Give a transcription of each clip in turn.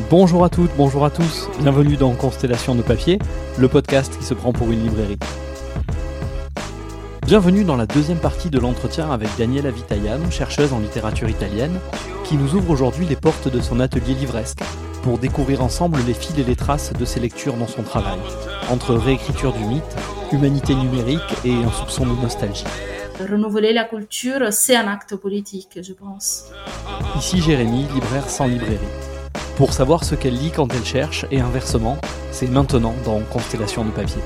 Bonjour à toutes, bonjour à tous, bienvenue dans Constellation de papier, le podcast qui se prend pour une librairie. Bienvenue dans la deuxième partie de l'entretien avec Daniela Vitaiano, chercheuse en littérature italienne, qui nous ouvre aujourd'hui les portes de son atelier livresque, pour découvrir ensemble les fils et les traces de ses lectures dans son travail, entre réécriture du mythe, humanité numérique et un soupçon de nostalgie. Renouveler la culture, c'est un acte politique, je pense. Ici Jérémy, libraire sans librairie. Pour savoir ce qu'elle lit quand elle cherche, et inversement, c'est maintenant dans Constellation de papier.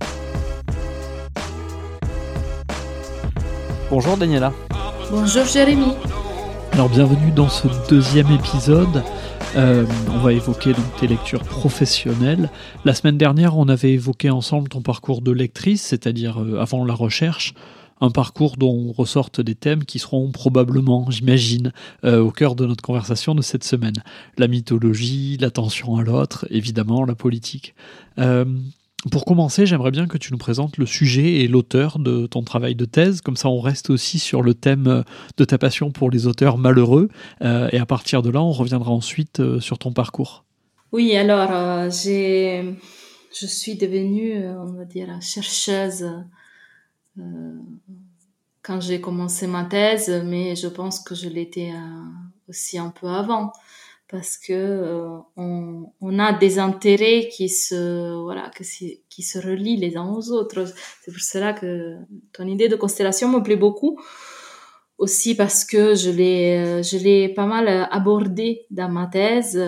Bonjour Daniela. Bonjour Jérémy. Alors bienvenue dans ce deuxième épisode. On va évoquer donc tes lectures professionnelles. La semaine dernière, on avait évoqué ensemble ton parcours de lectrice, c'est-à-dire avant la recherche, un parcours dont ressortent des thèmes qui seront probablement, j'imagine, au cœur de notre conversation de cette semaine. La mythologie, l'attention à l'autre, évidemment, la politique. Pour commencer, j'aimerais bien que tu nous présentes le sujet et l'auteur de ton travail de thèse. Comme ça, on reste aussi sur le thème de ta passion pour les auteurs malheureux. Et à partir de là, on reviendra ensuite sur ton parcours. Oui, alors, je suis devenue, on va dire, chercheuse quand j'ai commencé ma thèse, mais je pense que je l'étais aussi un peu avant. Parce que on a des intérêts qui se relient les uns aux autres. C'est pour cela que ton idée de constellation me plaît beaucoup. Aussi parce que je l'ai pas mal abordé dans ma thèse.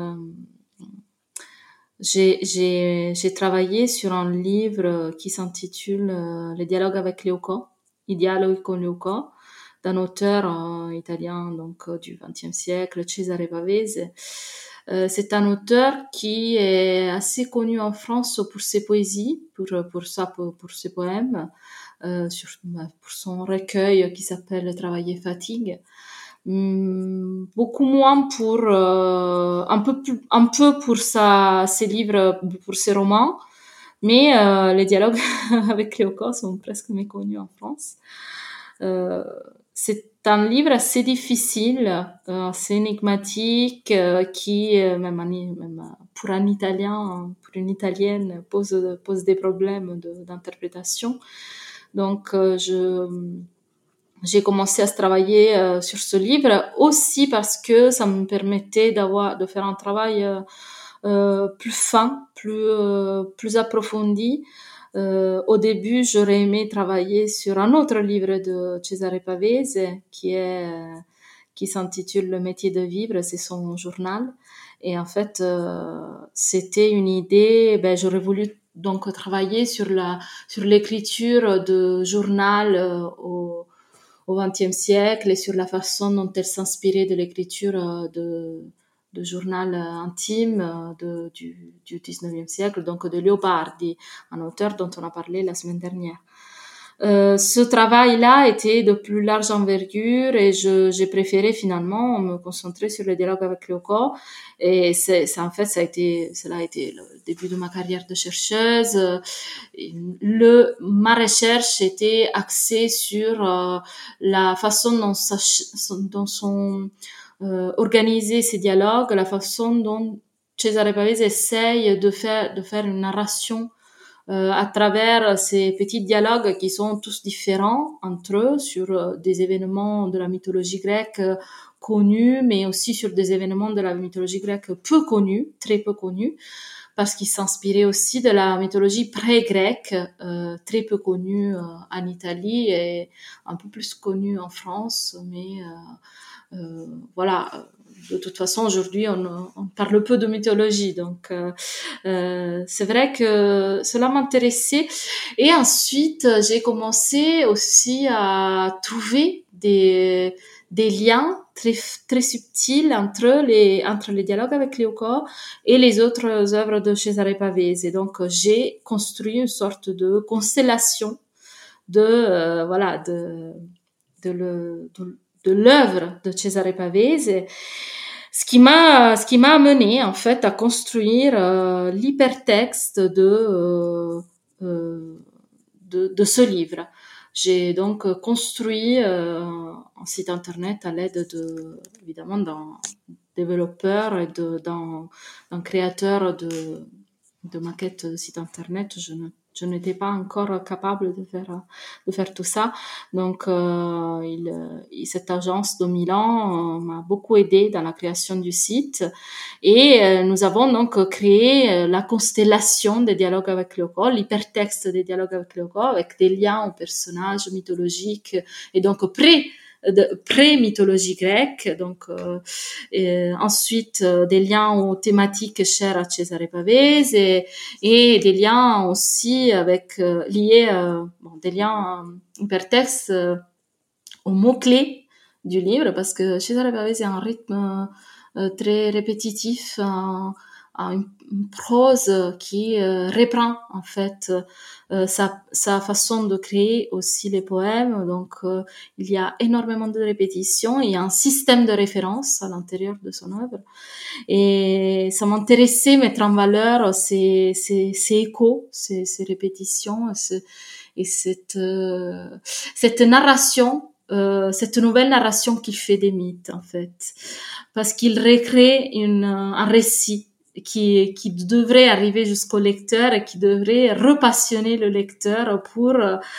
J'ai travaillé sur un livre qui s'intitule Le dialogue avec Leuco, I dialoghi con Leuco, d'un auteur italien donc du XXe siècle, Cesare Pavese. C'est un auteur qui est assez connu en France pour ses poésies, pour ses poèmes, pour son recueil qui s'appelle Travail et fatigue. Beaucoup moins pour un peu pour ses livres, pour ses romans, mais les dialogues avec Leuco sont presque méconnus en France. C'est un livre assez difficile, assez énigmatique, qui même pour un Italien, pour une Italienne, pose des problèmes d'interprétation. Donc j'ai commencé à travailler sur ce livre aussi parce que ça me permettait de faire un travail plus fin, plus approfondi. Au début, j'aurais aimé travailler sur un autre livre de Cesare Pavese qui s'intitule Le métier de vivre, c'est son journal. Et en fait, c'était une idée, j'aurais voulu donc travailler sur l'écriture de journal au XXe siècle et sur la façon dont elle s'inspirait de l'écriture de journal intime du XIXe siècle, donc de Leopardi, un auteur dont on a parlé la semaine dernière. Ce travail-là était de plus large envergure et j'ai préféré finalement me concentrer sur le dialogue avec Leuco. Et cela a été le début de ma carrière de chercheuse. Ma recherche était axée sur la façon dont sont organiser ces dialogues, la façon dont Cesare Pavese essaye de faire une narration à travers ces petits dialogues qui sont tous différents entre eux sur des événements de la mythologie grecque connus, mais aussi sur des événements de la mythologie grecque peu connus, très peu connus, parce qu'il s'inspirait aussi de la mythologie pré-grecque, très peu connue en Italie et un peu plus connue en France, mais voilà, de toute façon aujourd'hui on parle peu de mythologie, donc c'est vrai que cela m'intéressait. Et ensuite j'ai commencé aussi à trouver des liens très très subtils entre les dialogues avec Leuco et les autres œuvres de Cesare Pavese. Et donc j'ai construit une sorte de constellation de l'œuvre de Cesare Pavese, ce qui m'a amené en fait à construire l'hypertexte de ce livre. J'ai donc construit un site internet à l'aide évidemment développeur et d'un créateur de maquettes site internet. Je n'étais pas encore capable de faire tout ça. Donc, cette agence de Milan m'a beaucoup aidé dans la création du site. Et nous avons donc créé la constellation des dialogues avec Lyoko, l'hypertexte des dialogues avec Lyoko, avec des liens aux personnages mythologiques et donc pré-mythologie grecque, donc ensuite des liens aux thématiques chères à Cesare Pavese et des liens aussi avec liés des liens hypertextes aux mots-clés du livre, parce que Cesare Pavese a un rythme très répétitif, une prose qui reprend en fait sa façon de créer aussi les poèmes. Donc il y a énormément de répétitions, il y a un système de référence à l'intérieur de son œuvre, et ça m'intéressait mettre en valeur ces échos, ces répétitions et cette narration, cette nouvelle narration qu'il fait des mythes en fait, parce qu'il recrée un récit qui devrait arriver jusqu'au lecteur et qui devrait repassionner le lecteur pour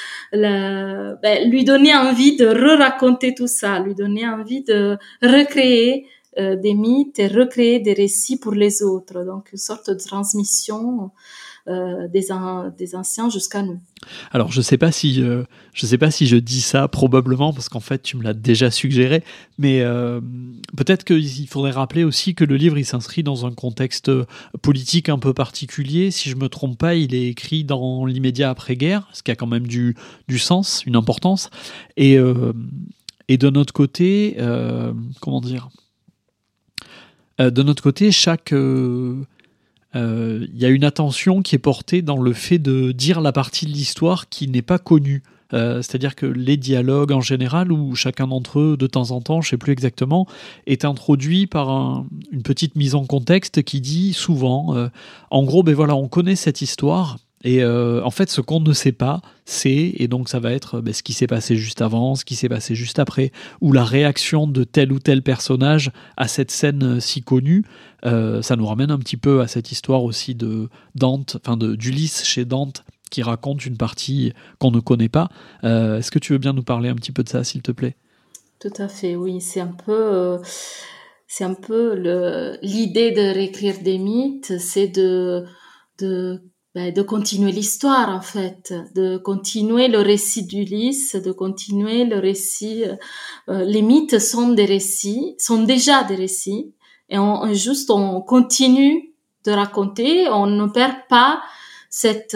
lui donner envie de re-raconter tout ça, lui donner envie de recréer des mythes et recréer des récits pour les autres. Donc une sorte de transmission des anciens jusqu'à nous. Alors je sais pas si je dis ça, probablement parce qu'en fait tu me l'as déjà suggéré, mais peut-être qu'il faudrait rappeler aussi que le livre il s'inscrit dans un contexte politique un peu particulier. Si je me trompe pas, il est écrit dans l'immédiat après-guerre, ce qui a quand même du sens, une importance. Et de notre côté, comment dire, de notre côté, il y a une attention qui est portée dans le fait de dire la partie de l'histoire qui n'est pas connue. C'est-à-dire que les dialogues en général, où chacun d'entre eux, de temps en temps, je ne sais plus exactement, est introduit par une petite mise en contexte qui dit souvent, en gros, on connaît cette histoire, et en fait, ce qu'on ne sait pas, et donc ça va être ce qui s'est passé juste avant, ce qui s'est passé juste après, ou la réaction de tel ou tel personnage à cette scène si connue. Ça nous ramène un petit peu à cette histoire aussi de Dante, d'Ulysse chez Dante, qui raconte une partie qu'on ne connaît pas. Est-ce que tu veux bien nous parler un petit peu de ça, s'il te plaît ? Tout à fait, oui. C'est un peu l'idée de réécrire des mythes, c'est de continuer l'histoire, en fait, de continuer le récit d'Ulysse, de continuer le récit. Les mythes sont déjà des récits, et on continue de raconter, on ne perd pas cette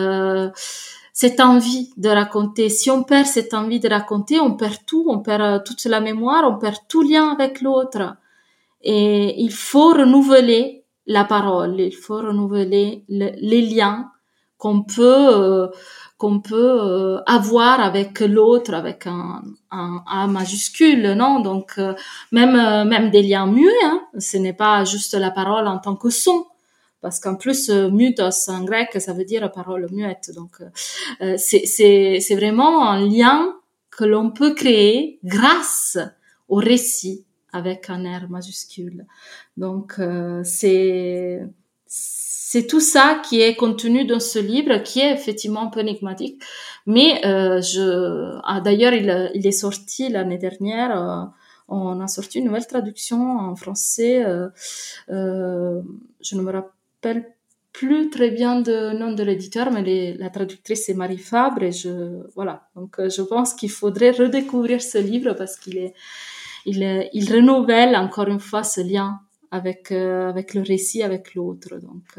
envie de raconter. Si on perd cette envie de raconter, on perd tout, on perd toute la mémoire, on perd tout lien avec l'autre. Et il faut renouveler la parole, il faut renouveler les liens qu'on peut avoir avec l'autre, avec un A majuscule, non? Donc même des liens muets, hein. Ce n'est pas juste la parole en tant que son, parce qu'en plus mutos en grec ça veut dire parole muette. Donc c'est vraiment un lien que l'on peut créer grâce au récit avec un R majuscule. Donc c'est tout ça qui est contenu dans ce livre, qui est effectivement un peu énigmatique. Mais d'ailleurs, il est sorti l'année dernière. On a sorti une nouvelle traduction en français. Je ne me rappelle plus très bien le nom de l'éditeur, mais la traductrice c'est Marie Fabre. Donc je pense qu'il faudrait redécouvrir ce livre parce qu'il renouvelle encore une fois ce lien avec le récit, avec l'autre. Donc,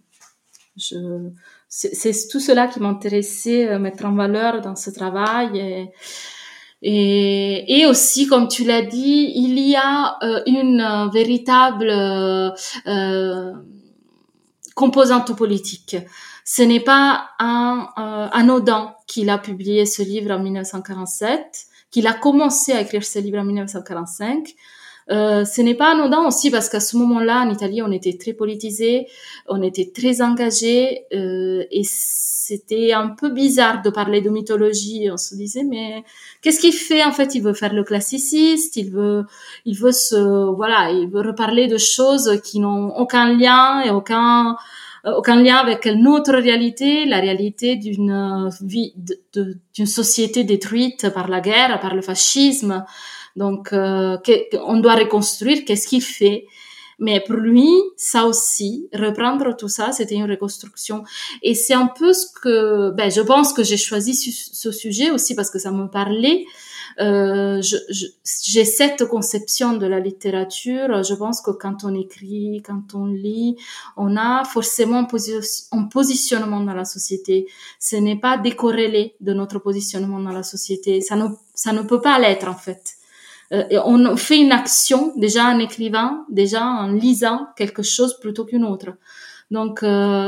c'est tout cela qui m'intéressait mettre en valeur dans ce travail. Et aussi, comme tu l'as dit, il y a une véritable composante politique. Ce n'est pas anodin qu'il a publié ce livre en 1947, qu'il a commencé à écrire ce livre en 1945, Ce n'est pas anodin aussi parce qu'à ce moment-là, en Italie, on était très politisé, on était très engagé, et c'était un peu bizarre de parler de mythologie. On se disait, mais qu'est-ce qu'il fait? En fait, il veut faire le classiciste, il veut il veut reparler de choses qui n'ont aucun lien et aucun lien avec notre réalité, la réalité d'une vie, d'une société détruite par la guerre, par le fascisme. Donc, on doit reconstruire. Qu'est-ce qu'il fait? Mais pour lui, ça aussi, reprendre tout ça, c'était une reconstruction. Et c'est un peu ce que, je pense que j'ai choisi ce sujet aussi parce que ça me parlait. J'ai cette conception de la littérature. Je pense que quand on écrit, quand on lit, on a forcément un positionnement dans la société. Ce n'est pas décorrélé de notre positionnement dans la société. Ça ne peut pas l'être, en fait. Et on fait une action déjà en écrivant, déjà en lisant quelque chose plutôt qu'une autre. Donc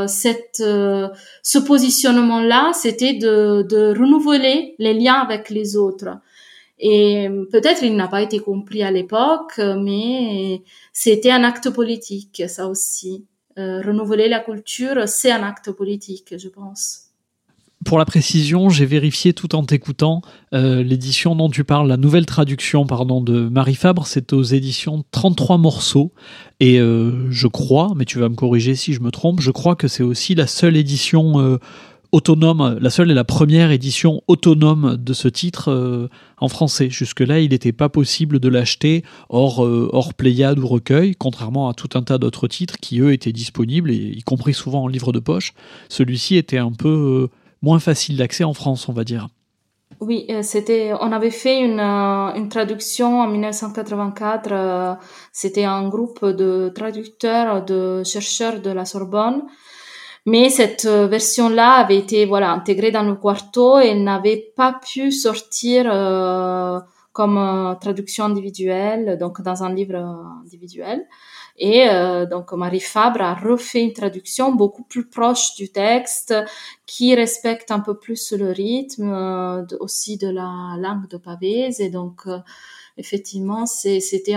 ce positionnement-là, c'était de renouveler les liens avec les autres. Et peut-être il n'a pas été compris à l'époque, mais c'était un acte politique, ça aussi. Renouveler la culture, c'est un acte politique, je pense. Pour la précision, j'ai vérifié tout en t'écoutant l'édition dont tu parles, la nouvelle traduction de Marie Fabre, c'est aux éditions 33 morceaux. Et je crois, mais tu vas me corriger si je me trompe, je crois que c'est aussi la seule édition autonome, la seule et la première édition autonome de ce titre en français. Jusque-là, il n'était pas possible de l'acheter hors Pléiade ou recueil, contrairement à tout un tas d'autres titres qui, eux, étaient disponibles, y compris souvent en livre de poche. Celui-ci était un peu moins facile d'accès en France, on va dire. Oui, on avait fait une traduction en 1984. C'était un groupe de traducteurs, de chercheurs de la Sorbonne. Mais cette version-là avait été intégrée dans le quarto et elle n'avait pas pu sortir comme traduction individuelle, donc dans un livre individuel. Et donc Marie Fabre a refait une traduction beaucoup plus proche du texte, qui respecte un peu plus le rythme aussi de la langue de Pavese. Et donc effectivement, c'était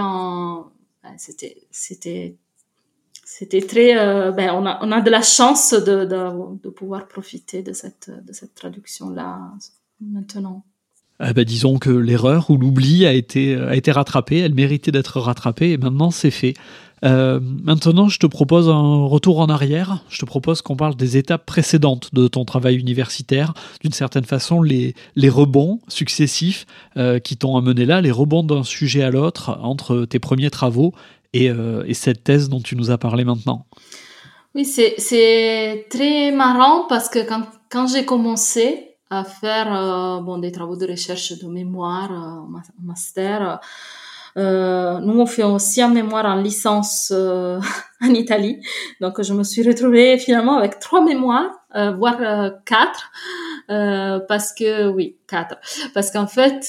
très. On a de la chance de pouvoir profiter de cette traduction-là maintenant. Disons que l'erreur ou l'oubli a été rattrapé, elle méritait d'être rattrapée et maintenant c'est fait. Maintenant, je te propose un retour en arrière. Je te propose qu'on parle des étapes précédentes de ton travail universitaire. D'une certaine façon, les rebonds successifs qui t'ont amené là, les rebonds d'un sujet à l'autre entre tes premiers travaux et cette thèse dont tu nous as parlé maintenant. Oui, c'est très marrant parce que quand j'ai commencé à faire des travaux de recherche de mémoire, master, nous on fait aussi un mémoire en licence en Italie, donc je me suis retrouvée finalement avec 3 mémoires, voire 4, parce qu'en fait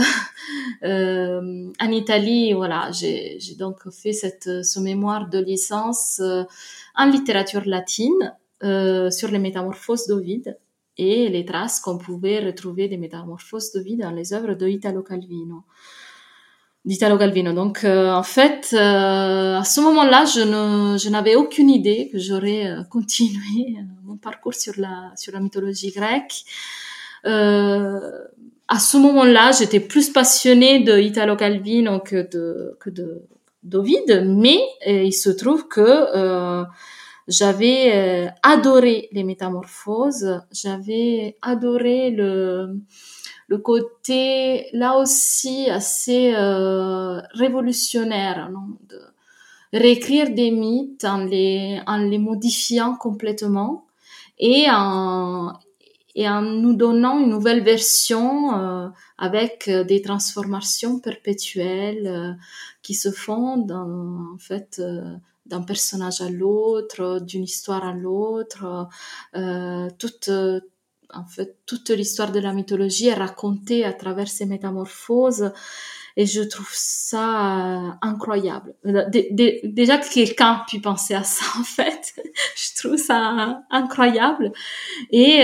en Italie, j'ai donc fait ce mémoire de licence en littérature latine sur les métamorphoses d'Ovide et les traces qu'on pouvait retrouver des métamorphoses d'Ovide dans les œuvres d'Italo Calvino. Donc, en fait, à ce moment-là, je n'avais aucune idée que j'aurais continué mon parcours sur la mythologie grecque. À ce moment-là, j'étais plus passionnée de Italo Calvino que d'Ovide, mais il se trouve que j'avais adoré les métamorphoses, j'avais adoré le côté là aussi assez révolutionnaire, non, de réécrire des mythes en les modifiant complètement et en nous donnant une nouvelle version avec des transformations perpétuelles qui se font d'un personnage à l'autre, d'une histoire à l'autre. Toute l'histoire de la mythologie est racontée à travers ces métamorphoses et je trouve ça incroyable. Déjà que quelqu'un puisse penser à ça, en fait, je trouve ça incroyable. Et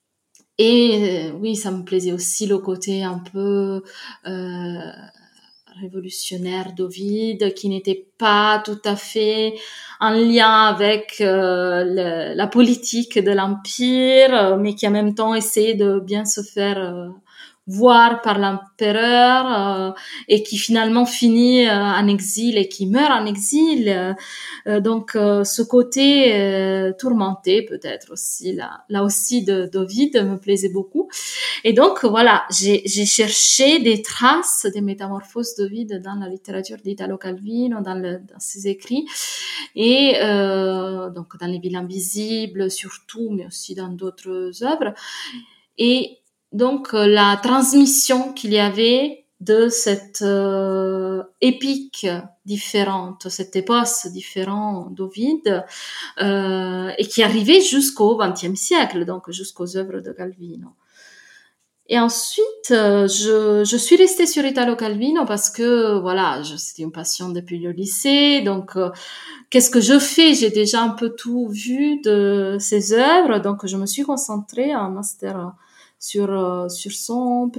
oui, ça me plaisait aussi le côté un peu révolutionnaire d'Ovide qui n'était pas tout à fait en lien avec la politique de l'Empire, mais qui en même temps essayait de bien se faire voir par l'empereur et qui finalement finit en exil et qui meurt en exil. Donc ce côté tourmenté peut-être aussi, là aussi d'Ovide me plaisait beaucoup. Et donc voilà, j'ai cherché des traces des métamorphoses d'Ovide dans la littérature d'Italo Calvino, dans ses écrits, et donc dans Les Villes invisibles surtout, mais aussi dans d'autres œuvres. Et donc la transmission qu'il y avait de cette épique différente, cette épos différente d'Ovide, et qui arrivait jusqu'au XXe siècle, donc jusqu'aux œuvres de Calvino. Et ensuite, je suis restée sur Italo Calvino parce que voilà, c'était une passion depuis le lycée. Donc, qu'est-ce que je fais? J'ai déjà un peu tout vu de ses œuvres, donc je me suis concentrée en master sur son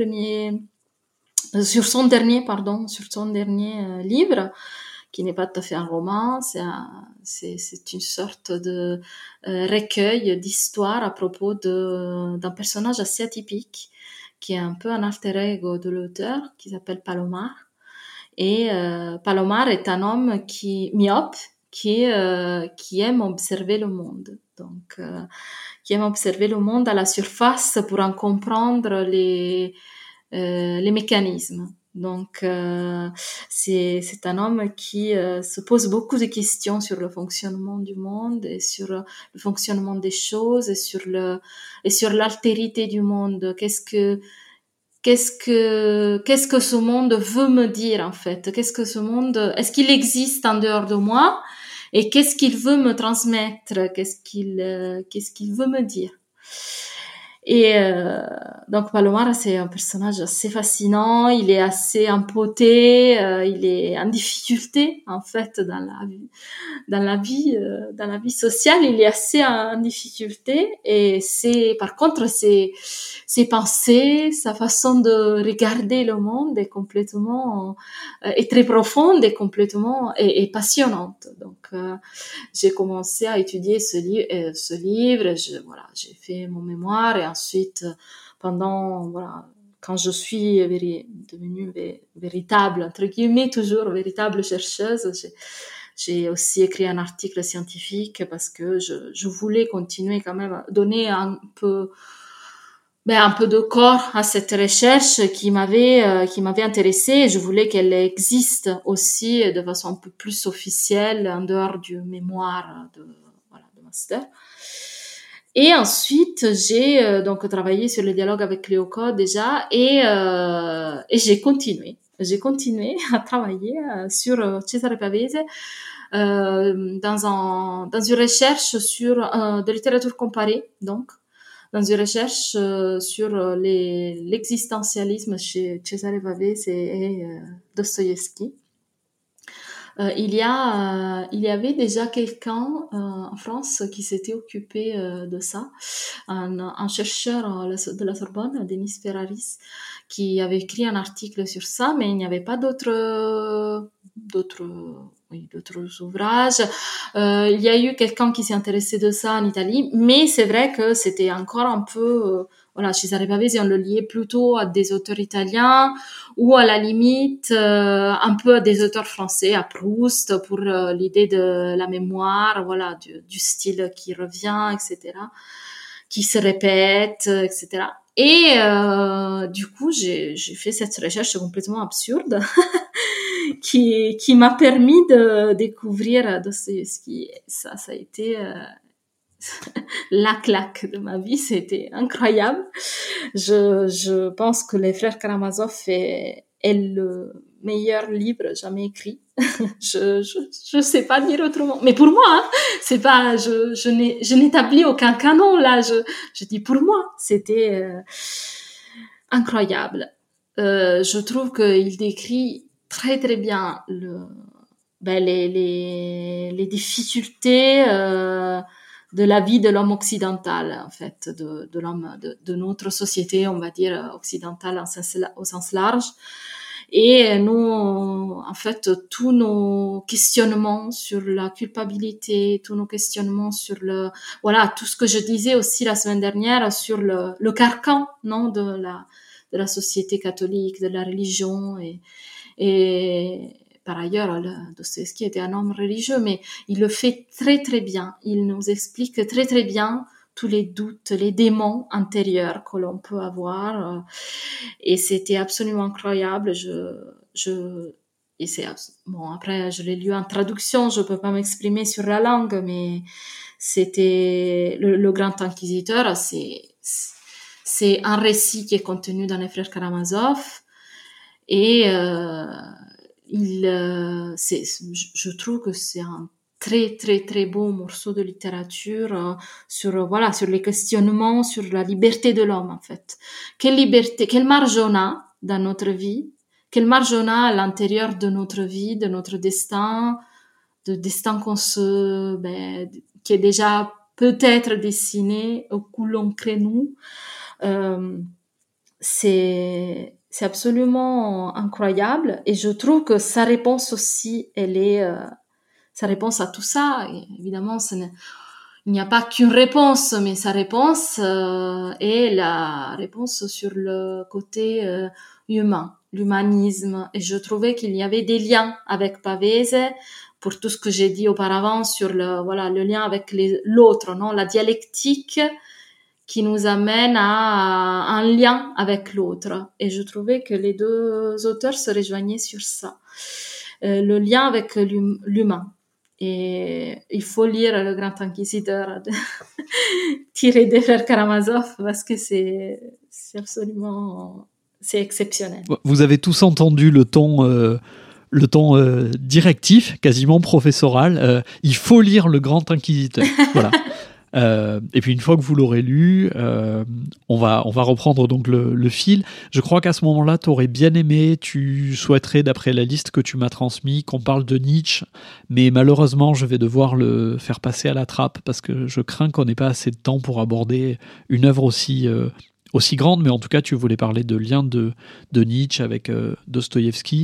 dernier livre, qui n'est pas tout à fait un roman, c'est une sorte de recueil d'histoires à propos d'un personnage assez atypique, qui est un peu un alter ego de l'auteur, qui s'appelle Palomar. Et Palomar est un homme myope, qui aime observer le monde. Donc, qui aime observer le monde à la surface pour en comprendre les mécanismes. Donc, c'est un homme qui se pose beaucoup de questions sur le fonctionnement du monde et sur le fonctionnement des choses et sur l'altérité du monde. Qu'est-ce que ce monde veut me dire en fait? Est-ce qu'il existe en dehors de moi? Et qu'est-ce qu'il veut me transmettre? Qu'est-ce qu'il veut me dire? Et donc Palomar, c'est un personnage assez fascinant, il est assez empoté, il est en difficulté en fait dans la vie sociale, il est assez en difficulté. Et par contre ses pensées, sa façon de regarder le monde est complètement est très profonde et complètement et passionnante. Donc j'ai commencé à étudier ce livre, j'ai fait mon mémoire. Et ensuite, quand je suis devenue véritable, entre guillemets, toujours véritable chercheuse, j'ai aussi écrit un article scientifique parce que je voulais continuer quand même à donner un peu de corps à cette recherche qui m'avait intéressée. Je voulais qu'elle existe aussi de façon un peu plus officielle en dehors du mémoire de master. Et ensuite, j'ai donc travaillé sur le dialogue avec Cléocode déjà, et j'ai continué à travailler sur Cesare Pavese dans une recherche sur de littérature comparée, donc dans une recherche sur l'existentialisme chez Cesare Pavese et Dostoïevski. Il y avait déjà quelqu'un en France qui s'était occupé de ça, un chercheur de la Sorbonne, Denis Ferraris, qui avait écrit un article sur ça, mais il n'y avait pas d'autres ouvrages. Il y a eu quelqu'un qui s'est intéressé de ça en Italie, mais c'est vrai que c'était encore un peu Cesare Pavese, on le liait plutôt à des auteurs italiens ou à la limite un peu à des auteurs français, à Proust, pour l'idée de la mémoire, du style qui revient, etc., qui se répète, etc. Et du coup, j'ai fait cette recherche complètement absurde qui m'a permis de découvrir Dostoïevski. Ça a été la claque de ma vie, c'était incroyable. Je pense que Les Frères Karamazov est le meilleur livre jamais écrit. je sais pas dire autrement, mais pour moi, c'est pas, je n'établis aucun canon là. Je dis pour moi, c'était incroyable. Je trouve qu'il décrit très très bien les difficultés de la vie de l'homme occidental, en fait, de l'homme de notre société, on va dire occidentale au sens large. Et nous, en fait, tous nos questionnements sur la culpabilité, tous nos questionnements sur tout ce que je disais aussi la semaine dernière sur le carcan, non, de la société catholique, de la religion et par ailleurs, Dostoïevski était un homme religieux, mais il le fait très très bien. Il nous explique très très bien tous les doutes, les démons intérieurs que l'on peut avoir. Et c'était absolument incroyable. Et bon, après, je l'ai lu en traduction, je peux pas m'exprimer sur la langue, mais c'était le Grand Inquisiteur, c'est un récit qui est contenu dans les Frères Karamazov. Et je trouve que c'est un très très très beau morceau de littérature sur les questionnements sur la liberté de l'homme, en fait. Quelle liberté, quelle marge on a dans notre vie, quelle marge on a à l'intérieur de notre vie, de notre destin, de destin qui est déjà peut-être dessiné au coup l'on crée nous. C'est absolument incroyable, et je trouve que sa réponse aussi, elle est sa réponse à tout ça. Et évidemment, il n'y a pas qu'une réponse, mais sa réponse est la réponse sur le côté humain, l'humanisme. Et je trouvais qu'il y avait des liens avec Pavese pour tout ce que j'ai dit auparavant sur le lien avec l'autre, non, la dialectique qui nous amène à un lien avec l'autre. Et je trouvais que les deux auteurs se rejoignaient sur ça. Le lien avec l'humain. Et il faut lire Le Grand Inquisiteur tiré des Frères Karamazov parce que c'est absolument, c'est exceptionnel. Vous avez tous entendu le ton directif, quasiment professoral. Il faut lire Le Grand Inquisiteur. Voilà. Et puis une fois que vous l'aurez lu, on va reprendre donc le fil. Je crois qu'à ce moment-là, tu aurais bien aimé, tu souhaiterais, d'après la liste que tu m'as transmise, qu'on parle de Nietzsche, mais malheureusement, je vais devoir le faire passer à la trappe parce que je crains qu'on n'ait pas assez de temps pour aborder une œuvre aussi grande, mais en tout cas, tu voulais parler de lien de Nietzsche avec Dostoïevski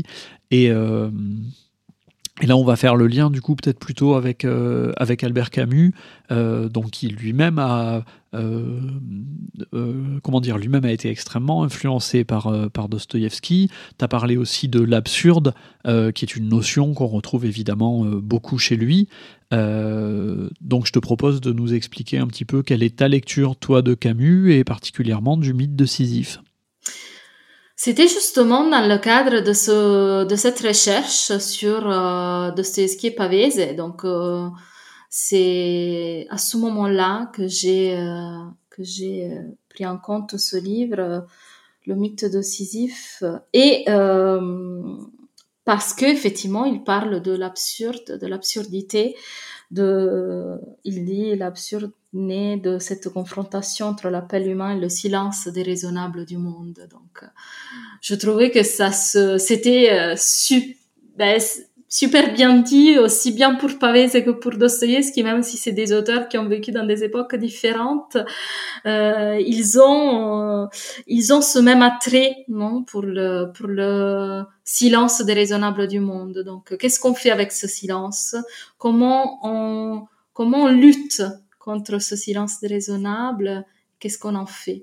et là, on va faire le lien, du coup, peut-être plutôt avec Albert Camus, donc qui lui-même lui-même a été extrêmement influencé par Dostoïevski. Tu as parlé aussi de l'absurde, qui est une notion qu'on retrouve évidemment beaucoup chez lui. Donc, je te propose de nous expliquer un petit peu quelle est ta lecture, toi, de Camus, et particulièrement du mythe de Sisyphe. C'était justement dans le cadre de cette recherche sur Dostoïevski et Pavese. Donc, c'est à ce moment-là que j'ai pris en compte ce livre, Le mythe de Sisyphe, et parce que effectivement, il parle de l'absurde, de l'absurdité. Il dit l'absurde né de cette confrontation entre l'appel humain et le silence déraisonnable du monde. Donc, je trouvais que c'était super bien dit, aussi bien pour Pavese que pour Dostoïevski, même si c'est des auteurs qui ont vécu dans des époques différentes. Ils ont ce même attrait, non, pour le silence déraisonnable du monde. Donc, qu'est-ce qu'on fait avec ce silence? Comment on lutte contre ce silence déraisonnable? Qu'est-ce qu'on en fait?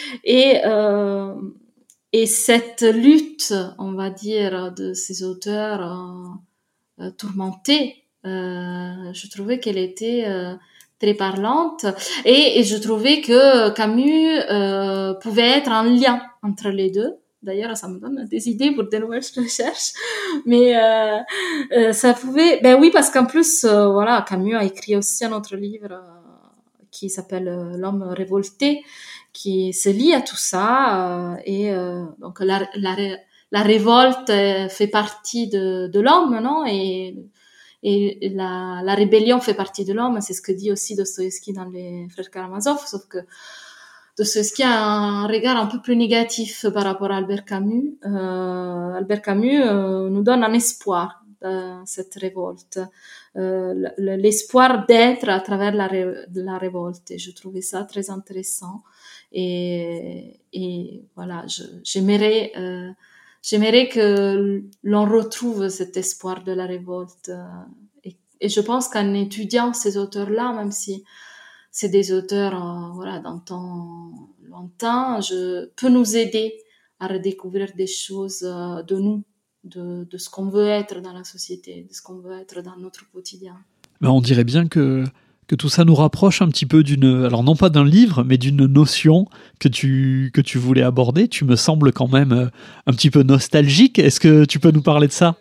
Et cette lutte, on va dire, de ces auteurs tourmentés, je trouvais qu'elle était très parlante, et je trouvais que Camus pouvait être un lien entre les deux. D'ailleurs, ça me donne des idées pour de nouvelles recherches. Mais ça pouvait... Ben oui, parce qu'en plus, Camus a écrit aussi un autre livre qui s'appelle L'homme révolté, qui se lie à tout ça. Donc, la révolte fait partie de l'homme, non? Et la rébellion fait partie de l'homme. C'est ce que dit aussi Dostoïevski dans les Frères Karamazov, sauf que Dostoïevski a un regard un peu plus négatif par rapport à Albert Camus. Albert Camus nous donne un espoir dans cette révolte, l'espoir d'être à travers la révolte. Et je trouvais ça très intéressant. Et voilà, j'aimerais j'aimerais que l'on retrouve cet espoir de la révolte. Et je pense qu'en étudiant ces auteurs-là, même si c'est des auteurs d'un temps lointain, peut nous aider à redécouvrir des choses de nous, de ce qu'on veut être dans la société, de ce qu'on veut être dans notre quotidien. Ben, on dirait bien que tout ça nous rapproche un petit peu alors non pas d'un livre, mais d'une notion que tu voulais aborder. Tu me sembles quand même un petit peu nostalgique. Est-ce que tu peux nous parler de ça ?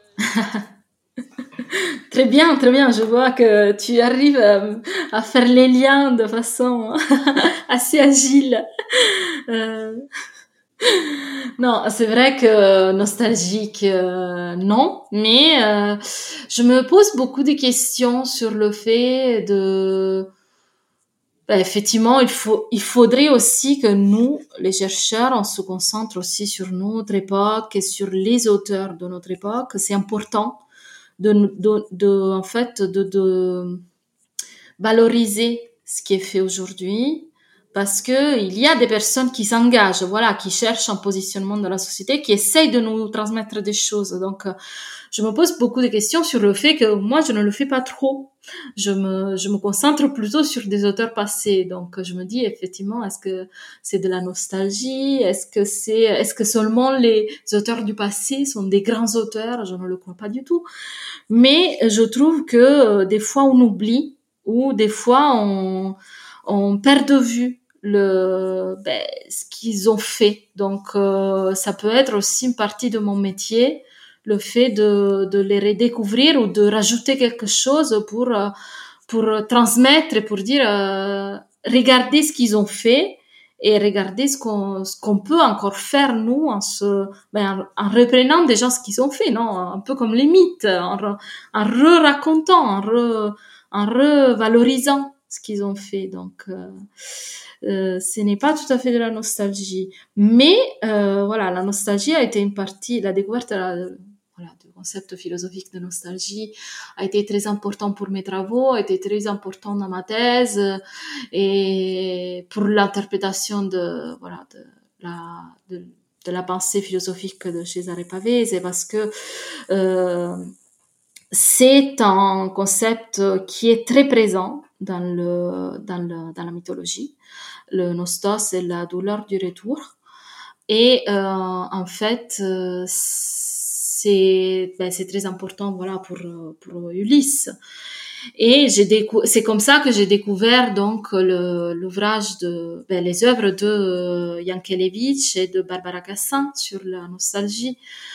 Très bien. Je vois que tu arrives à faire les liens de façon assez agile. Non, c'est vrai que nostalgique, non, mais je me pose beaucoup de questions sur le fait de... effectivement, il faudrait aussi que nous, les chercheurs, on se concentre aussi sur notre époque et sur les auteurs de notre époque. C'est important en fait, de valoriser ce qui est fait aujourd'hui, parce que il y a des personnes qui s'engagent, voilà, qui cherchent un positionnement dans la société, qui essayent de nous transmettre des choses. Donc, je me pose beaucoup de questions sur le fait que moi, je ne le fais pas trop. Je me concentre plutôt sur des auteurs passés. Donc, je me dis, effectivement, est-ce que c'est de la nostalgie? Est-ce que seulement les auteurs du passé sont des grands auteurs? Je ne le crois pas du tout. Mais je trouve que des fois, on oublie, ou des fois, on perd de vue ce qu'ils ont fait. Donc, ça peut être aussi une partie de mon métier, le fait de les redécouvrir ou de rajouter quelque chose pour transmettre et pour dire regardez ce qu'ils ont fait et regardez ce qu'on peut encore faire nous en reprenant déjà ce qu'ils ont fait, non, un peu comme les mythes, en re-racontant, en revalorisant ce qu'ils ont fait. Donc ce n'est pas tout à fait de la nostalgie, mais la nostalgie a été une partie, la découverte du concept philosophique de nostalgie a été très important pour mes travaux, a été très important dans ma thèse et pour l'interprétation de la pensée philosophique de Cesare Pavese, parce que c'est un concept qui est très présent dans la mythologie. Le nostos est la douleur du retour. Et en fait, c'est très important, voilà, pour Ulysse. Et c'est comme ça que j'ai découvert donc l'ouvrage les œuvres de Yankelevitch et de Barbara Cassin sur la nostalgie.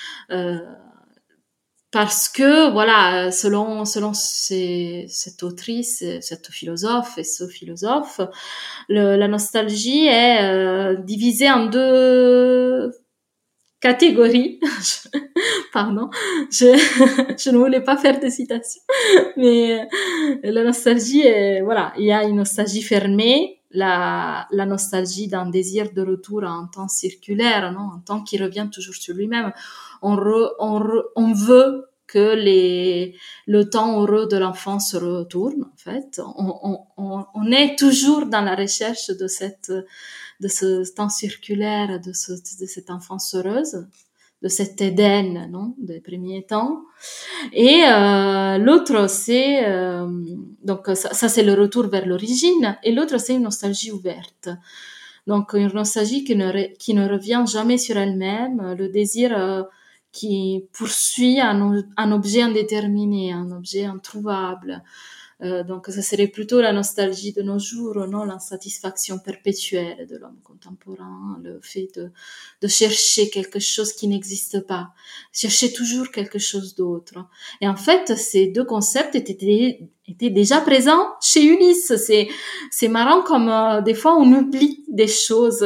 Parce que, voilà, selon cette autrice, cette philosophe et ce philosophe, la nostalgie est divisée en deux catégories. Pardon, je ne voulais pas faire de citation, mais la nostalgie est, voilà, il y a une nostalgie fermée, la nostalgie d'un désir de retour à un temps circulaire, non, un temps qui revient toujours sur lui-même. On veut que le temps heureux de l'enfant se retourne, en fait. On est toujours dans la recherche de ce temps circulaire, de cette enfance heureuse, de cet Éden, non, des premiers temps. Et l'autre, c'est donc ça c'est le retour vers l'origine, et l'autre c'est une nostalgie ouverte. Donc une nostalgie qui ne revient jamais sur elle-même, le désir qui poursuit un objet indéterminé, un objet introuvable. Donc ça serait plutôt la nostalgie de nos jours, non, l'insatisfaction perpétuelle de l'homme contemporain, le fait de chercher quelque chose qui n'existe pas, chercher toujours quelque chose d'autre. Et en fait, ces deux concepts étaient déjà présents chez Ulysse. C'est marrant comme des fois on oublie des choses.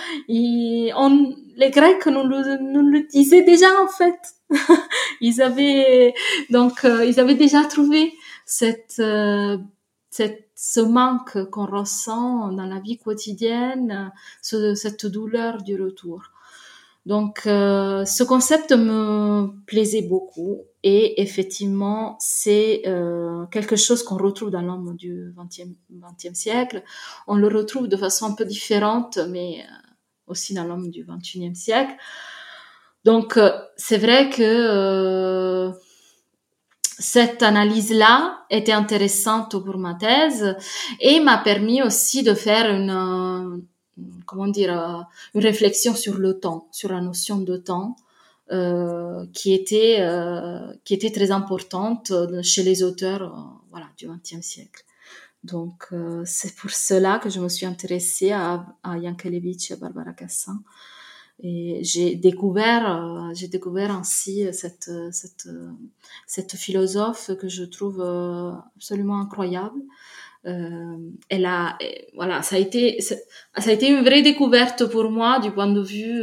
Les Grecs nous le disaient déjà, en fait. Ils avaient déjà trouvé ce manque qu'on ressent dans la vie quotidienne, cette douleur du retour. Donc, ce concept me plaisait beaucoup, et effectivement, c'est quelque chose qu'on retrouve dans l'homme du XXe siècle. On le retrouve de façon un peu différente, mais aussi dans l'homme du XXIe siècle. Donc, c'est vrai que cette analyse-là était intéressante pour ma thèse et m'a permis aussi de faire une réflexion sur le temps, sur la notion de temps, qui était très importante chez les auteurs du XXe siècle. Donc, c'est pour cela que je me suis intéressée à Yankelevitch et à Barbara Cassin. Et j'ai découvert ainsi cette philosophe que je trouve absolument incroyable. Ça a été une vraie découverte pour moi du point de vue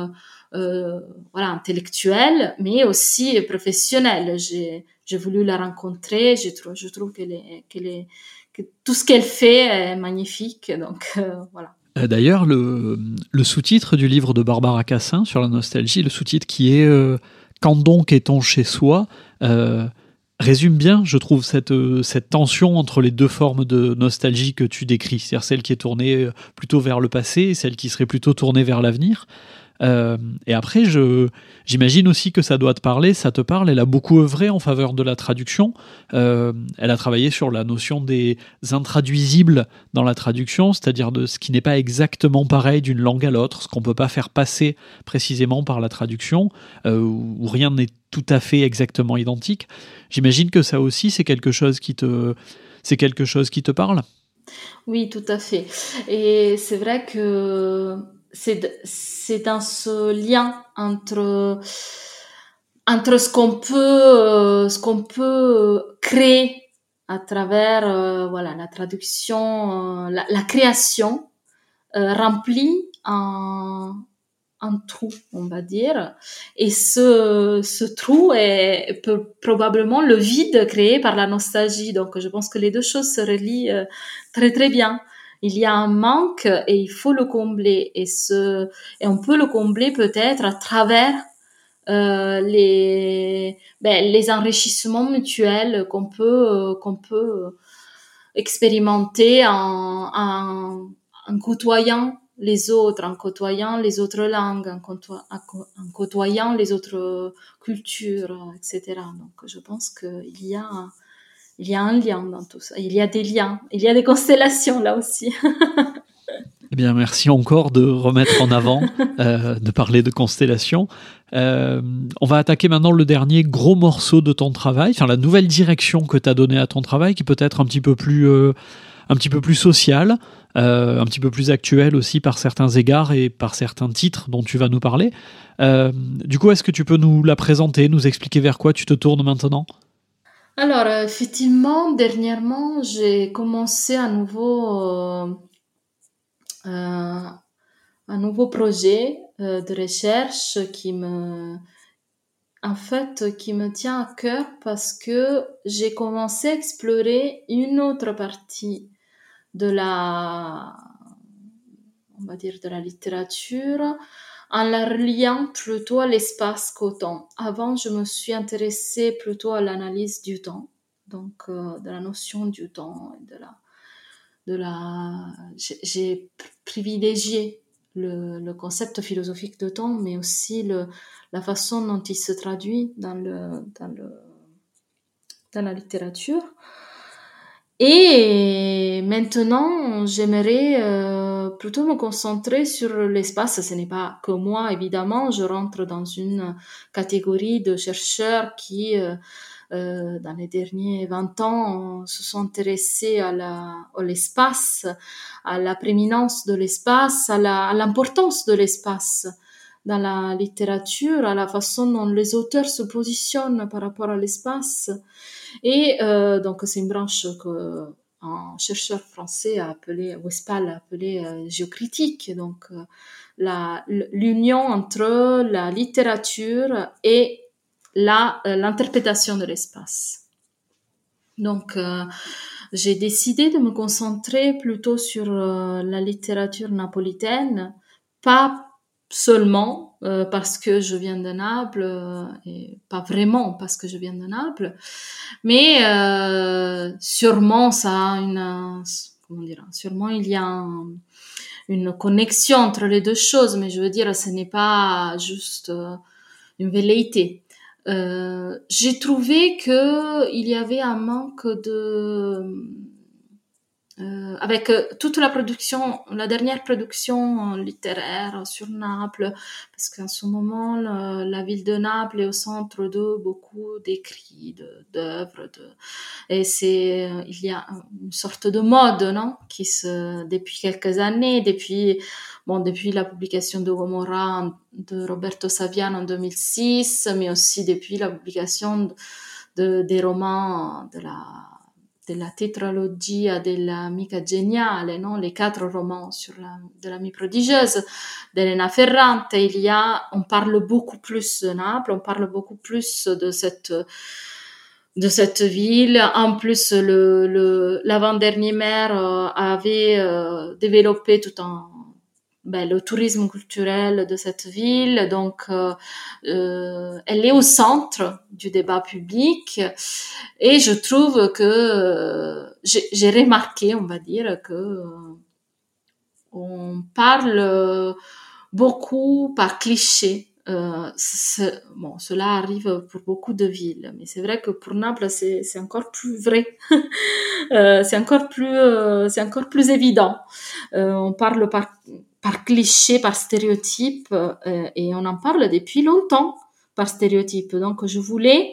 intellectuel, mais aussi professionnel. J'ai voulu la rencontrer. Je trouve que tout ce qu'elle fait est magnifique. Donc voilà. D'ailleurs, le sous-titre du livre de Barbara Cassin sur la nostalgie, le sous-titre qui est Quand donc est-on chez soi, résume bien, je trouve, cette tension entre les deux formes de nostalgie que tu décris, c'est-à-dire celle qui est tournée plutôt vers le passé et celle qui serait plutôt tournée vers l'avenir. Et après, j'imagine aussi que ça doit te parler, ça te parle. Elle a beaucoup œuvré en faveur de la traduction. Elle a travaillé sur la notion des intraduisibles dans la traduction, c'est-à-dire de ce qui n'est pas exactement pareil d'une langue à l'autre, ce qu'on ne peut pas faire passer précisément par la traduction, où rien n'est tout à fait exactement identique. J'imagine que ça aussi, c'est quelque chose qui te parle. Oui, tout à fait. Et c'est vrai que c'est dans ce lien entre ce qu'on peut créer à travers la traduction, la création remplie un trou, on va dire, et ce trou est probablement le vide créé par la nostalgie. Donc je pense que les deux choses se relient très très bien. Il y a un manque et il faut le combler, et on peut le combler peut-être à travers les enrichissements mutuels qu'on peut expérimenter en côtoyant les autres, en côtoyant les autres langues, en côtoyant les autres cultures, etc. Donc, je pense qu'il y a un lien dans tout ça. Il y a des liens, il y a des constellations là aussi. Eh bien, merci encore de remettre en avant, de parler de constellations. On va attaquer maintenant le dernier gros morceau de ton travail, enfin la nouvelle direction que tu as donnée à ton travail, qui peut être un petit peu plus sociale, un petit peu plus actuelle aussi par certains égards et par certains titres dont tu vas nous parler. Du coup, est-ce que tu peux nous la présenter, nous expliquer vers quoi tu te tournes maintenant ? Alors, effectivement, dernièrement, j'ai commencé un nouveau projet de recherche qui me tient à cœur, parce que j'ai commencé à explorer une autre partie de la littérature, en la reliant plutôt à l'espace qu'au temps. Avant, je me suis intéressée plutôt à l'analyse du temps, donc de la notion du temps, j'ai privilégié le concept philosophique de temps, mais aussi la façon dont il se traduit dans la littérature. Et maintenant, j'aimerais plutôt me concentrer sur l'espace. Ce n'est pas que moi, évidemment. Je rentre dans une catégorie de chercheurs qui, dans les derniers 20 ans, se sont intéressés à l'espace, à la prééminence de l'espace, à l'importance de l'espace dans la littérature, à la façon dont les auteurs se positionnent par rapport à l'espace. Et donc c'est une branche qu'un chercheur français Westphal a appelée géocritique, donc l'union entre la littérature et l'interprétation de l'espace. Donc j'ai décidé de me concentrer plutôt sur la littérature napolitaine, pas seulement parce que je viens de Naples, et pas vraiment parce que je viens de Naples, mais sûrement ça a sûrement il y a une connexion entre les deux choses, mais je veux dire, ce n'est pas juste une velléité. J'ai trouvé que il y avait un manque avec toute la dernière production littéraire sur Naples, parce qu'en ce moment, la ville de Naples est au centre de beaucoup d'écrits, d'œuvres, et il y a une sorte de mode, non, depuis quelques années, depuis la publication de Gomorra de Roberto Saviano en 2006, mais aussi depuis la publication des romans della tetralogia dell'amica geniale, no? Les 4 romans de l'amie prodigieuse d'Elena Ferrante. On parle beaucoup plus de Naples, on parle beaucoup plus de cette ville. En plus, l'avant-dernier maire avait développé le tourisme culturel de cette ville, donc elle est au centre du débat public, et je trouve que j'ai remarqué, on va dire, que on parle beaucoup par cliché. Cela arrive pour beaucoup de villes, mais c'est vrai que pour Naples, c'est encore plus vrai. C'est encore plus évident. On parle par cliché, par stéréotype, et on en parle depuis longtemps par stéréotype. Donc, je voulais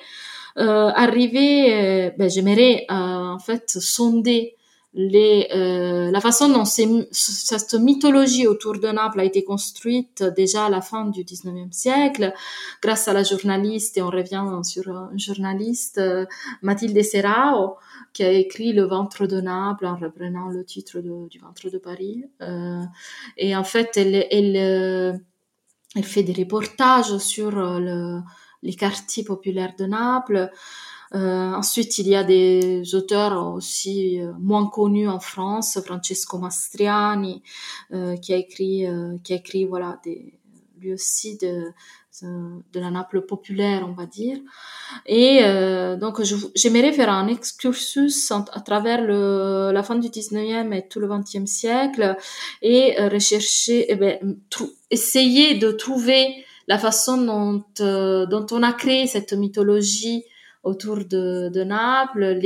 j'aimerais en fait sonder la façon dont cette mythologie autour de Naples a été construite déjà à la fin du 19e siècle, grâce à la journaliste, et on revient sur une journaliste, Matilde Serao, qui a écrit Le ventre de Naples en reprenant le titre du ventre de Paris. Et en fait, elle fait des reportages sur les quartiers populaires de Naples. Ensuite, il y a des auteurs aussi moins connus en France, Francesco Mastriani, qui a écrit voilà, lui aussi de la Naples populaire, on va dire. Et donc, j'aimerais faire un excursus à travers la fin du 19e et tout le 20e siècle, et rechercher, essayer de trouver la façon dont on a créé cette mythologie autour de Naples,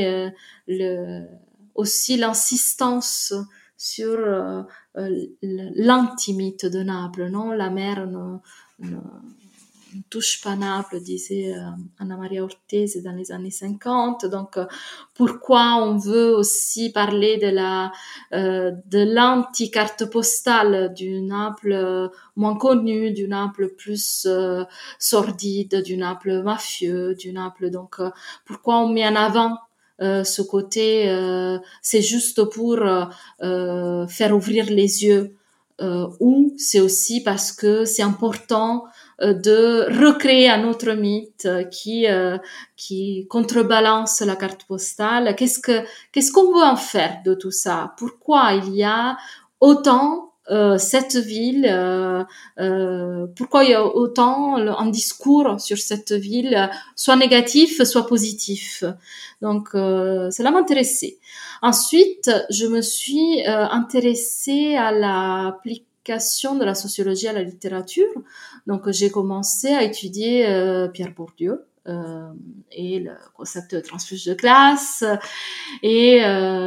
aussi l'insistance sur l'antimythe de Naples, non? La mer ne touche pas Naples, disait Anna Maria Ortese dans les années 50. Donc, pourquoi on veut aussi parler de l'anti-carte postale du Naples moins connu, du Naples plus sordide, du Naples mafieux, du Naples. Donc, pourquoi on met en avant ce côté, c'est juste pour faire ouvrir les yeux, ou c'est aussi parce que c'est important de recréer un autre mythe qui contrebalance la carte postale. Qu'est-ce qu'on veut en faire de tout ça? Pourquoi il y a autant cette ville, pourquoi il y a autant un discours sur cette ville, soit négatif, soit positif. Donc, cela m'intéressait. Ensuite, je me suis intéressée à l'application de la sociologie à la littérature. Donc, j'ai commencé à étudier Pierre Bourdieu et le concept de transfuge de classe, et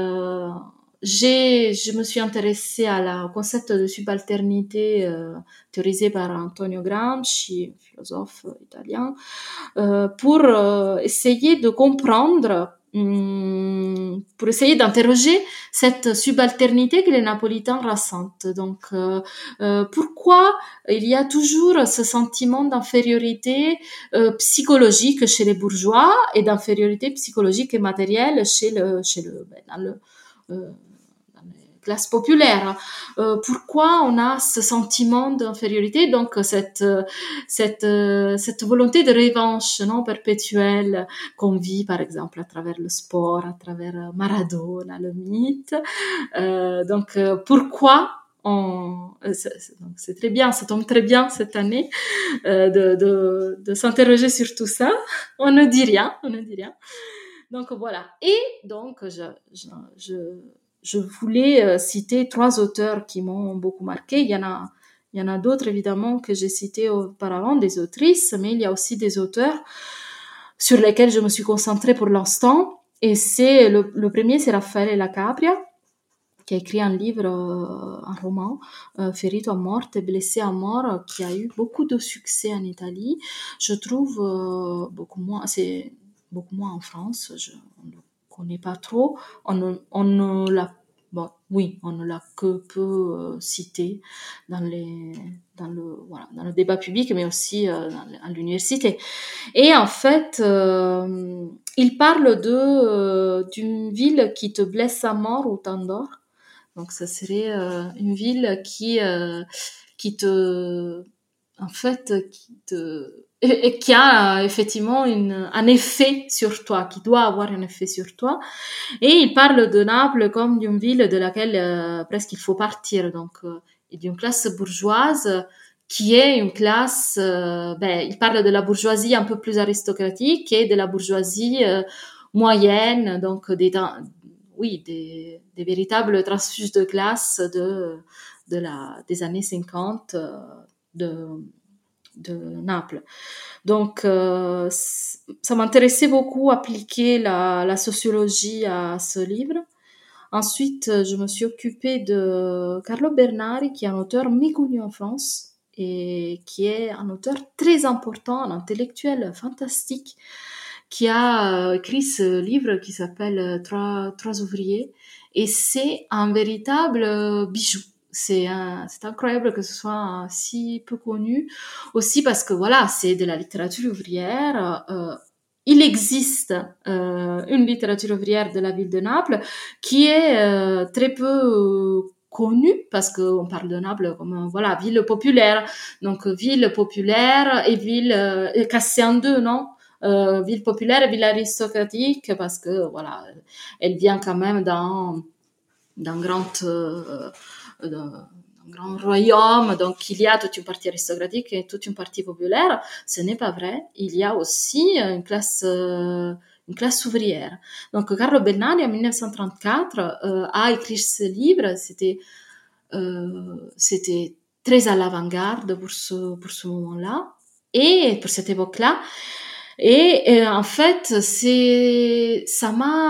je me suis intéressée au concept de subalternité théorisé par Antonio Gramsci, philosophe italien, pour essayer de comprendre, pour essayer d'interroger cette subalternité que les Napolitains ressentent. Donc, pourquoi il y a toujours ce sentiment d'infériorité psychologique chez les bourgeois et d'infériorité psychologique et matérielle dans les classes populaires. Pourquoi on a ce sentiment d'infériorité, donc cette volonté de revanche, non, perpétuelle, qu'on vit par exemple à travers le sport, à travers Maradona, le mythe. Donc pourquoi c'est très bien, ça tombe très bien cette année de s'interroger sur tout ça. On ne dit rien. Donc voilà. Et donc je voulais citer 3 auteurs qui m'ont beaucoup marqué. Il y en a Il y en a d'autres, évidemment, que j'ai cités auparavant, des autrices, mais il y a aussi des auteurs sur lesquels je me suis concentrée pour l'instant. Et c'est le premier, c'est Raffaele Capria, qui a écrit un livre, un roman, Ferito a morte, blessé à mort, qui a eu beaucoup de succès en Italie. Je trouve beaucoup moins en France. On ne le connaît pas trop. On ne l'a que peu cité dans le débat public, mais aussi à l'université. Et en fait, il parle d'une ville qui te blesse à mort ou t'endort. Donc, ça serait une ville qui te, en fait, qui a effectivement un effet sur toi, qui doit avoir un effet sur toi. Et il parle de Naples comme d'une ville de laquelle presque il faut partir, donc et d'une classe bourgeoise qui est une classe. Il parle de la bourgeoisie un peu plus aristocratique et de la bourgeoisie moyenne, donc des véritables transfuges de classe des années 50 de Naples. Donc, ça m'intéressait beaucoup appliquer la sociologie à ce livre. Ensuite, je me suis occupée de Carlo Bernari, qui est un auteur méconnu en France et qui est un auteur très important, un intellectuel fantastique, qui a écrit ce livre qui s'appelle Trois ouvriers, et c'est un véritable bijou. C'est incroyable que ce soit si peu connu, aussi parce que voilà, c'est de la littérature ouvrière. Il existe une littérature ouvrière de la ville de Naples qui est très peu connue, parce qu'on parle de Naples comme ville populaire. Donc ville populaire et ville cassée en deux, non? Ville populaire et ville aristocratique, parce que voilà, elle vient quand même d'un grand royaume, donc il y a toute une partie aristocratique et toute une partie populaire. Ce n'est pas vrai. Il y a aussi une classe ouvrière. Donc Carlo Bernari en 1934 a écrit ce livre. C'était très à l'avant-garde pour ce moment-là et pour cette époque-là. Et en fait, ça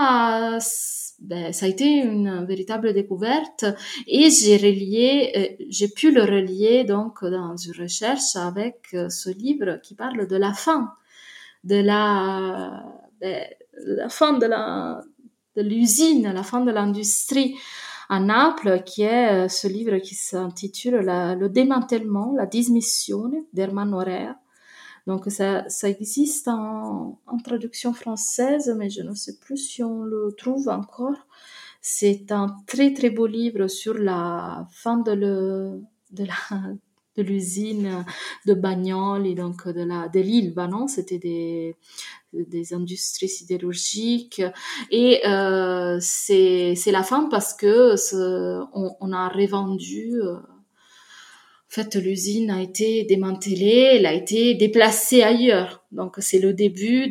a été une véritable découverte, et j'ai pu le relier donc dans une recherche avec ce livre qui parle de la fin de l'usine, la fin de l'industrie à Naples, qui est ce livre qui s'intitule Le démantèlement, la dismissione d'Ermanno Rea. Donc ça existe en traduction française, mais je ne sais plus si on le trouve encore. C'est un très très beau livre sur la fin de l'usine de Bagnoli, donc de l'Ilva, non? C'était des industries sidérurgiques, et c'est la fin parce que on a revendu. En fait, l'usine a été démantelée, elle a été déplacée ailleurs. Donc, c'est le début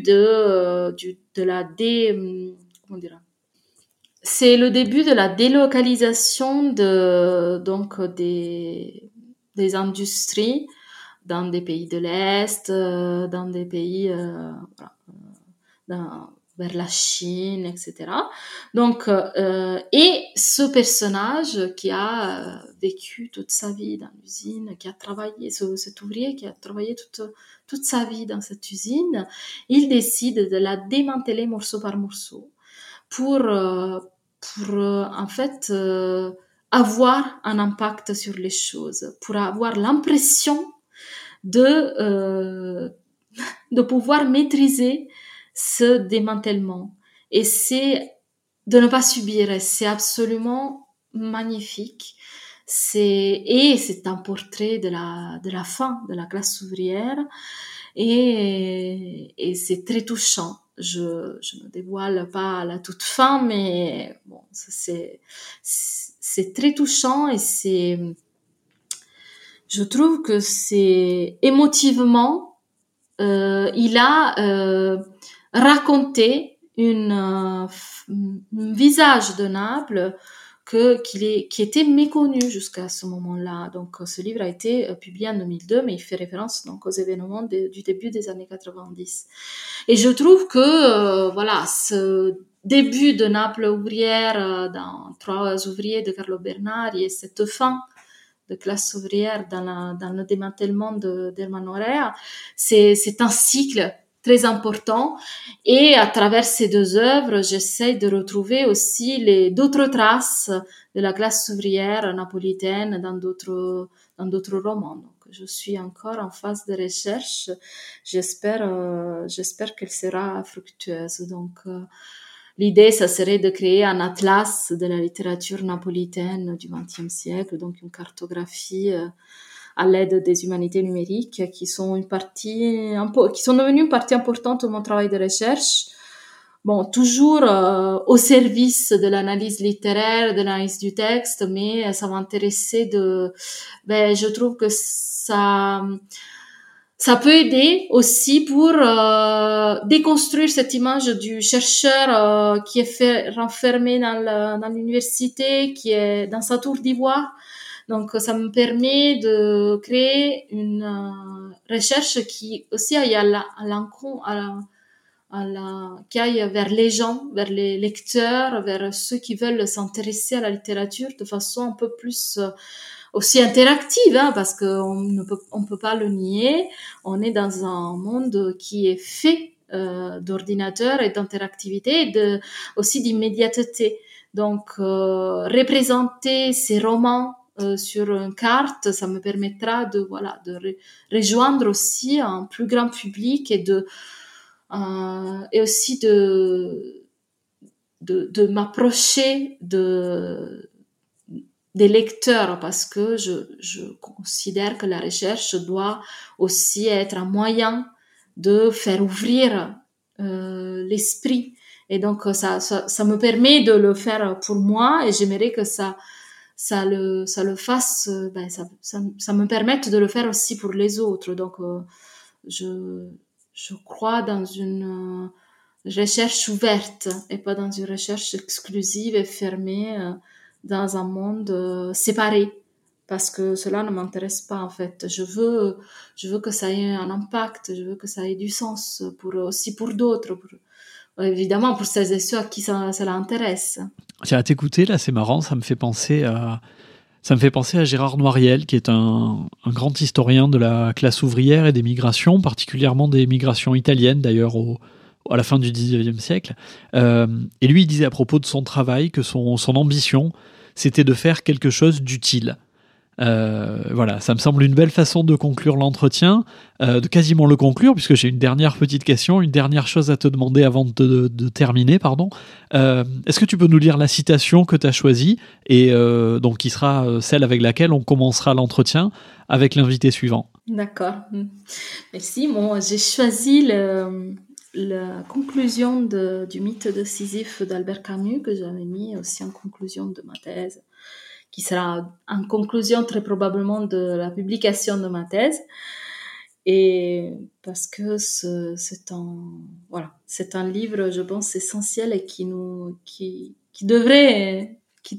c'est le début de la délocalisation des industries dans des pays de l'Est, dans des pays vers la Chine, etc. Donc, et ce personnage qui a vécu toute sa vie dans l'usine, qui a travaillé, cet ouvrier qui a travaillé toute sa vie dans cette usine, il décide de la démanteler morceau par morceau pour en fait avoir un impact sur les choses, pour avoir l'impression de pouvoir maîtriser ce démantèlement. Et c'est de ne pas subir. C'est absolument magnifique. C'est un portrait de la fin de la classe ouvrière, et c'est très touchant. Je ne dévoile pas la toute fin, mais bon, c'est très touchant, et je trouve que c'est émotivement, il a raconté un visage de Naples qui était méconnu jusqu'à ce moment-là. Donc, ce livre a été publié en 2002, mais il fait référence donc aux événements du début des années 90. Et je trouve que, voilà, ce début de Naples ouvrière dans 3 ouvriers de Carlo Bernari et cette fin de classe ouvrière dans le démantèlement d'Hermann Orea, c'est un cycle très important. Et à travers ces 2 œuvres, j'essaie de retrouver aussi d'autres traces de la classe ouvrière napolitaine dans d'autres romans. Donc, je suis encore en phase de recherche. J'espère qu'elle sera fructueuse. Donc, l'idée, ça serait de créer un atlas de la littérature napolitaine du XXe siècle, donc une cartographie à l'aide des humanités numériques qui sont devenues une partie importante de mon travail de recherche. Bon, toujours au service de l'analyse littéraire, de l'analyse du texte, mais ça m'intéressait je trouve que ça peut aider aussi pour déconstruire cette image du chercheur qui est renfermé dans l'université, qui est dans sa tour d'ivoire. Donc, ça me permet de créer une recherche qui aussi aille qui aille vers les gens, vers les lecteurs, vers ceux qui veulent s'intéresser à la littérature de façon un peu plus aussi interactive, hein, parce qu'on peut pas le nier. On est dans un monde qui est fait d'ordinateurs et d'interactivité et aussi d'immédiateté. Donc, représenter ces romans sur une carte, ça me permettra de rejoindre aussi un plus grand public et aussi de m'approcher des lecteurs, parce que je considère que la recherche doit aussi être un moyen de faire ouvrir l'esprit. Et donc ça me permet de le faire pour moi, et j'aimerais que ça le fasse, ça me permette de le faire aussi pour les autres. Donc je crois dans une recherche ouverte et pas dans une recherche exclusive et fermée dans un monde séparé, parce que cela ne m'intéresse pas en fait. Je veux que ça ait un impact, je veux que ça ait du sens aussi pour d'autres, évidemment pour celles et ceux à qui cela intéresse. Tiens, à t'écouter là, c'est marrant, ça me fait penser à Gérard Noiriel, qui est un grand historien de la classe ouvrière et des migrations, particulièrement des migrations italiennes d'ailleurs à la fin du XIXe siècle. Et lui, il disait à propos de son travail que son ambition, c'était de faire quelque chose d'utile. Voilà, ça me semble une belle façon de conclure l'entretien, de quasiment le conclure, puisque j'ai une dernière petite question, une dernière chose à te demander avant de terminer, pardon. Est-ce que tu peux nous lire la citation que tu as choisie, et donc qui sera celle avec laquelle on commencera l'entretien avec l'invité suivant? D'accord, merci. Bon, j'ai choisi la conclusion du mythe de Sisyphe d'Albert Camus, que j'avais mis aussi en conclusion de ma thèse, qui sera en conclusion très probablement de la publication de ma thèse. Et parce que c'est un livre, je pense, essentiel et qui devrait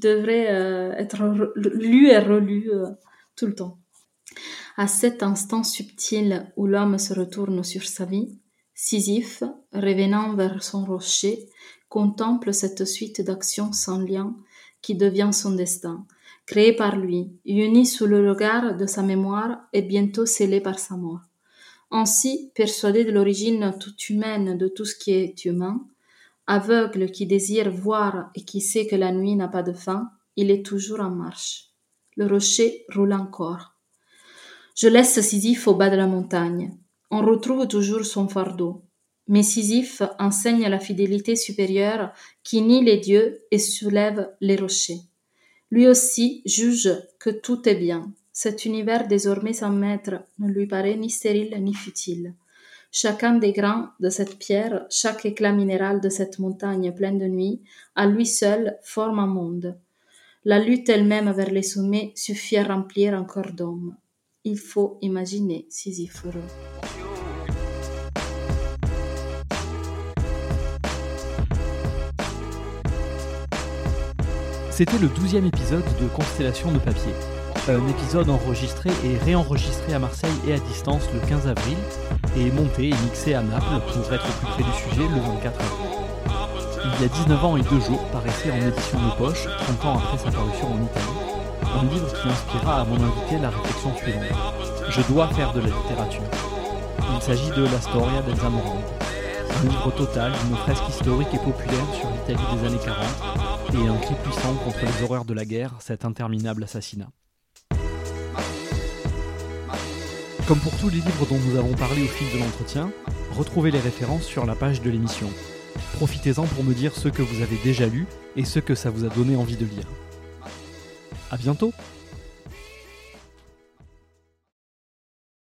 être lu et relu tout le temps. À cet instant subtil où l'homme se retourne sur sa vie, Sisyphe, revenant vers son rocher, contemple cette suite d'actions sans lien qui devient son destin, créé par lui, uni sous le regard de sa mémoire et bientôt scellé par sa mort. Ainsi, persuadé de l'origine toute humaine de tout ce qui est humain, aveugle qui désire voir et qui sait que la nuit n'a pas de fin, il est toujours en marche. Le rocher roule encore. Je laisse Sisyphe au bas de la montagne. On retrouve toujours son fardeau. Mais Sisyphe enseigne la fidélité supérieure qui nie les dieux et soulève les rochers. Lui aussi juge que tout est bien. Cet univers désormais sans maître ne lui paraît ni stérile ni futile. Chacun des grains de cette pierre, chaque éclat minéral de cette montagne pleine de nuit, à lui seul forme un monde. La lutte elle-même vers les sommets suffit à remplir un corps d'homme. Il faut imaginer Sisyphe heureux. C'était le 12e épisode de Constellation de papier. Un épisode enregistré et réenregistré à Marseille et à distance le 15 avril et monté et mixé à Naples pour être au plus près du sujet le 24 avril. Il y a 19 ans et 2 jours paraissait en édition de poche, 30 ans après sa parution en Italie, un livre qui inspira à mon invité la réflexion suivante. Je dois faire de la littérature. Il s'agit de La Storia del Zamorano, un livre total d'une fresque historique et populaire sur l'Italie des années 40 et un cri puissant contre les horreurs de la guerre, cet interminable assassinat. Comme pour tous les livres dont nous avons parlé au fil de l'entretien, retrouvez les références sur la page de l'émission. Profitez-en pour me dire ce que vous avez déjà lu et ce que ça vous a donné envie de lire. À bientôt!